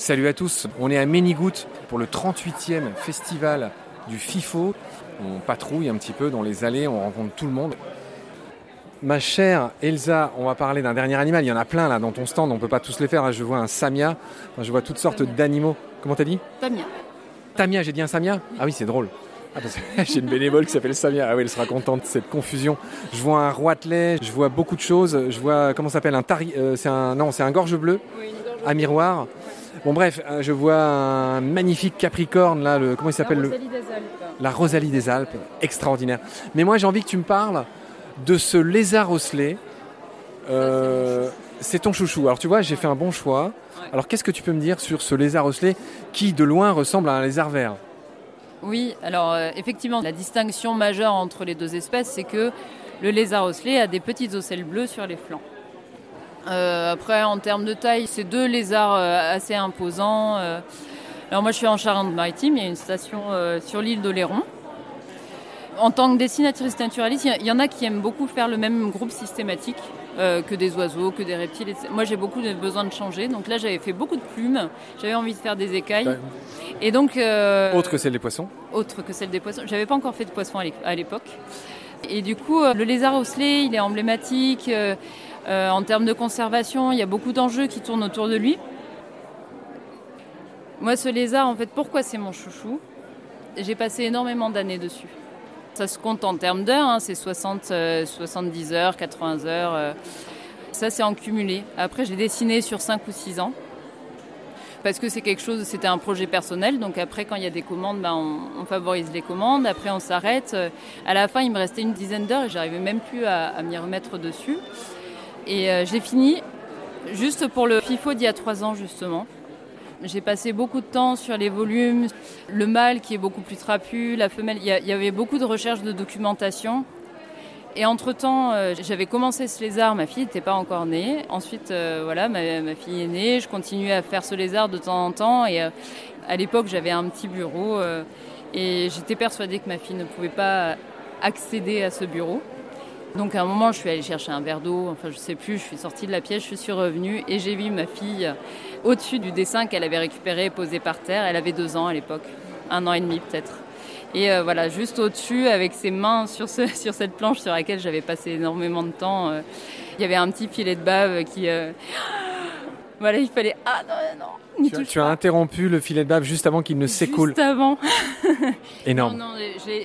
Salut à tous, on est à Ménigout pour le 38e festival du FIFO. On patrouille un petit peu dans les allées, on rencontre tout le monde. Ma chère Elsa, on va parler d'un dernier animal. Il y en a plein là dans ton stand, on ne peut pas tous les faire. Je vois un samia, je vois toutes sortes d'animaux. Comment t'as dit ? Tamia. Tamia, j'ai dit un samia ? Ah oui, c'est drôle. Ah, parce que j'ai une bénévole qui s'appelle Samia. Ah oui, elle sera contente de cette confusion. Je vois un roitelet, je vois beaucoup de choses. Je vois, comment ça s'appelle, c'est un gorge bleu, Oui, une gorge à miroir. Bon bref, je vois un magnifique capricorne là, comment il s'appelle ? La Rosalie des Alpes. La Rosalie des Alpes, extraordinaire. Mais moi j'ai envie que tu me parles de ce lézard osselet. C'est ton chouchou. Alors tu vois, j'ai fait un bon choix. Ouais. Alors qu'est-ce que tu peux me dire sur ce lézard osselet qui de loin ressemble à un lézard vert ? Oui, alors effectivement, la distinction majeure entre les deux espèces, c'est que le lézard osselet a des petites ocelles bleues sur les flancs. Après, en termes de taille, c'est deux lézards assez imposants. Alors moi, je suis en Charente-Maritime, il y a une station sur l'île d'Oléron. En tant que dessinatrice naturaliste, il y en a qui aiment beaucoup faire le même groupe systématique que des oiseaux, que des reptiles. Etc. Moi, j'ai beaucoup besoin de changer. Donc là, j'avais fait beaucoup de plumes. J'avais envie de faire des écailles. Ouais. Et donc, Autre que celle des poissons ? Autre que celle des poissons. J'avais pas encore fait de poissons à l'époque. Et du coup, le lézard osselet, il est emblématique. En termes de conservation, il y a beaucoup d'enjeux qui tournent autour de lui. Moi, ce lézard, en fait, pourquoi c'est mon chouchou ? J'ai passé énormément d'années dessus. Ça se compte en termes d'heures, hein, c'est 70 heures, 80 heures. Ça, c'est en cumulé. Après, j'ai dessiné sur 5 ou 6 ans. Parce que c'était un projet personnel. Donc après, quand il y a des commandes, on favorise les commandes. Après, on s'arrête. À la fin, il me restait une dizaine d'heures et j'arrivais même plus à m'y remettre dessus. Et j'ai fini juste pour le FIFO d'il y a 3 ans, justement. J'ai passé beaucoup de temps sur les volumes, le mâle qui est beaucoup plus trapu, la femelle. Il y avait beaucoup de recherches de documentation. Et entre-temps, j'avais commencé ce lézard, ma fille n'était pas encore née. Ensuite, voilà, ma fille est née, je continuais à faire ce lézard de temps en temps. Et à l'époque, j'avais un petit bureau et j'étais persuadée que ma fille ne pouvait pas accéder à ce bureau. Donc à un moment, je suis allée chercher un verre d'eau, enfin je sais plus, je suis sortie de la pièce, je suis revenue et j'ai vu ma fille au-dessus du dessin qu'elle avait récupéré et posé par terre. Elle avait 2 ans à l'époque, 1 an et demi peut-être. Et voilà, juste au-dessus, avec ses mains sur cette planche sur laquelle j'avais passé énormément de temps, il y avait un petit filet de bave qui... Voilà, il fallait... Ah non, tu as interrompu le filet de bave juste avant qu'il ne s'écoule. Juste avant. Énorme. Non,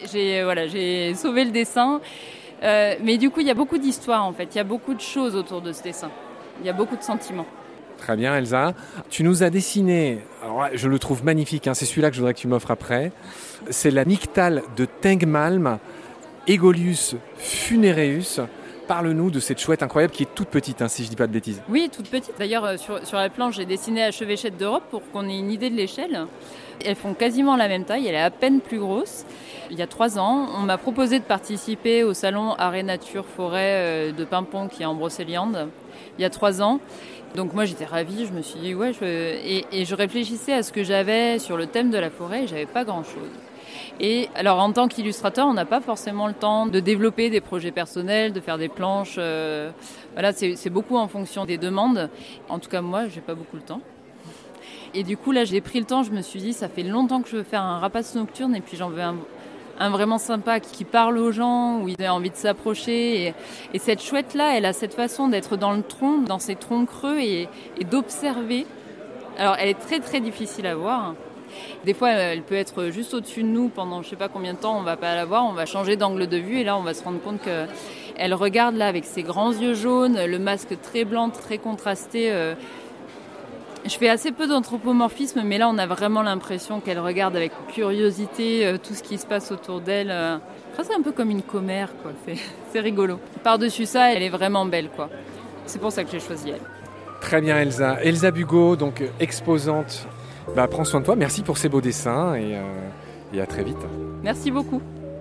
j'ai sauvé le dessin. Mais du coup, il y a beaucoup d'histoires en fait. Il y a beaucoup de choses autour de ce dessin. Il y a beaucoup de sentiments. Très bien, Elsa. Tu nous as dessiné, alors là, je le trouve magnifique, hein, c'est celui-là que je voudrais que tu m'offres après. C'est la Nyctale de Tengmalm, Aegolius funereus. Parle-nous de cette chouette incroyable qui est toute petite, hein, si je ne dis pas de bêtises. Oui, toute petite. D'ailleurs, sur la planche, j'ai dessiné la chevêchette d'Europe pour qu'on ait une idée de l'échelle. Elles font quasiment la même taille, elle est à peine plus grosse. Il y a 3 ans, on m'a proposé de participer au salon Arrêt Nature Forêt de Pimpon qui est en Brocéliande. Il y a 3 ans. Donc moi j'étais ravie, je me suis dit et je réfléchissais à ce que j'avais sur le thème de la forêt et j'avais pas grand chose. Et alors en tant qu'illustrateur, on n'a pas forcément le temps de développer des projets personnels, de faire des planches. Voilà, c'est beaucoup en fonction des demandes. En tout cas moi, j'ai pas beaucoup le temps. Et du coup là j'ai pris le temps, je me suis dit ça fait longtemps que je veux faire un rapace nocturne et puis j'en veux un vraiment sympa qui parle aux gens, où ils ont envie de s'approcher. Et cette chouette-là, elle a cette façon d'être dans le tronc, dans ses troncs creux et d'observer. Alors, elle est très, très difficile à voir. Des fois, elle peut être juste au-dessus de nous pendant je ne sais pas combien de temps, on ne va pas la voir, on va changer d'angle de vue et là, on va se rendre compte qu'elle regarde là avec ses grands yeux jaunes, le masque très blanc, très contrasté. Je fais assez peu d'anthropomorphisme, mais là, on a vraiment l'impression qu'elle regarde avec curiosité tout ce qui se passe autour d'elle. C'est un peu comme une commère, quoi. C'est rigolo. Par-dessus ça, elle est vraiment belle, quoi. C'est pour ça que j'ai choisi elle. Très bien, Elsa. Elsa Bugot, donc exposante. Prends soin de toi. Merci pour ces beaux dessins et à très vite. Merci beaucoup.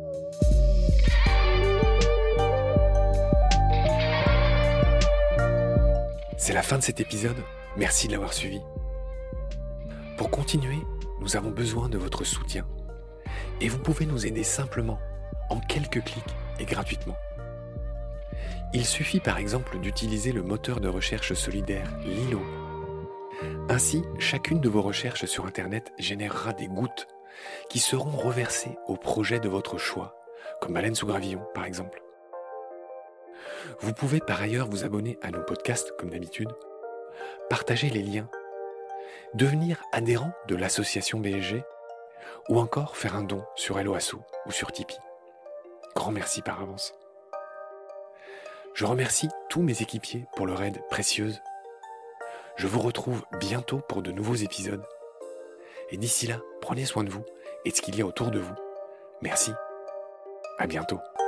C'est la fin de cet épisode. Merci de l'avoir suivi. Pour continuer, nous avons besoin de votre soutien. Et vous pouvez nous aider simplement, en quelques clics et gratuitement. Il suffit par exemple d'utiliser le moteur de recherche solidaire Lilo. Ainsi, chacune de vos recherches sur Internet générera des gouttes qui seront reversées au projet de votre choix, comme Baleine sous gravillon par exemple. Vous pouvez par ailleurs vous abonner à nos podcasts comme d'habitude, partager les liens, devenir adhérent de l'association BSG ou encore faire un don sur Helloasso ou sur Tipeee. Grand merci par avance. Je remercie tous mes équipiers pour leur aide précieuse. Je vous retrouve bientôt pour de nouveaux épisodes. Et d'ici là, prenez soin de vous et de ce qu'il y a autour de vous. Merci. À bientôt.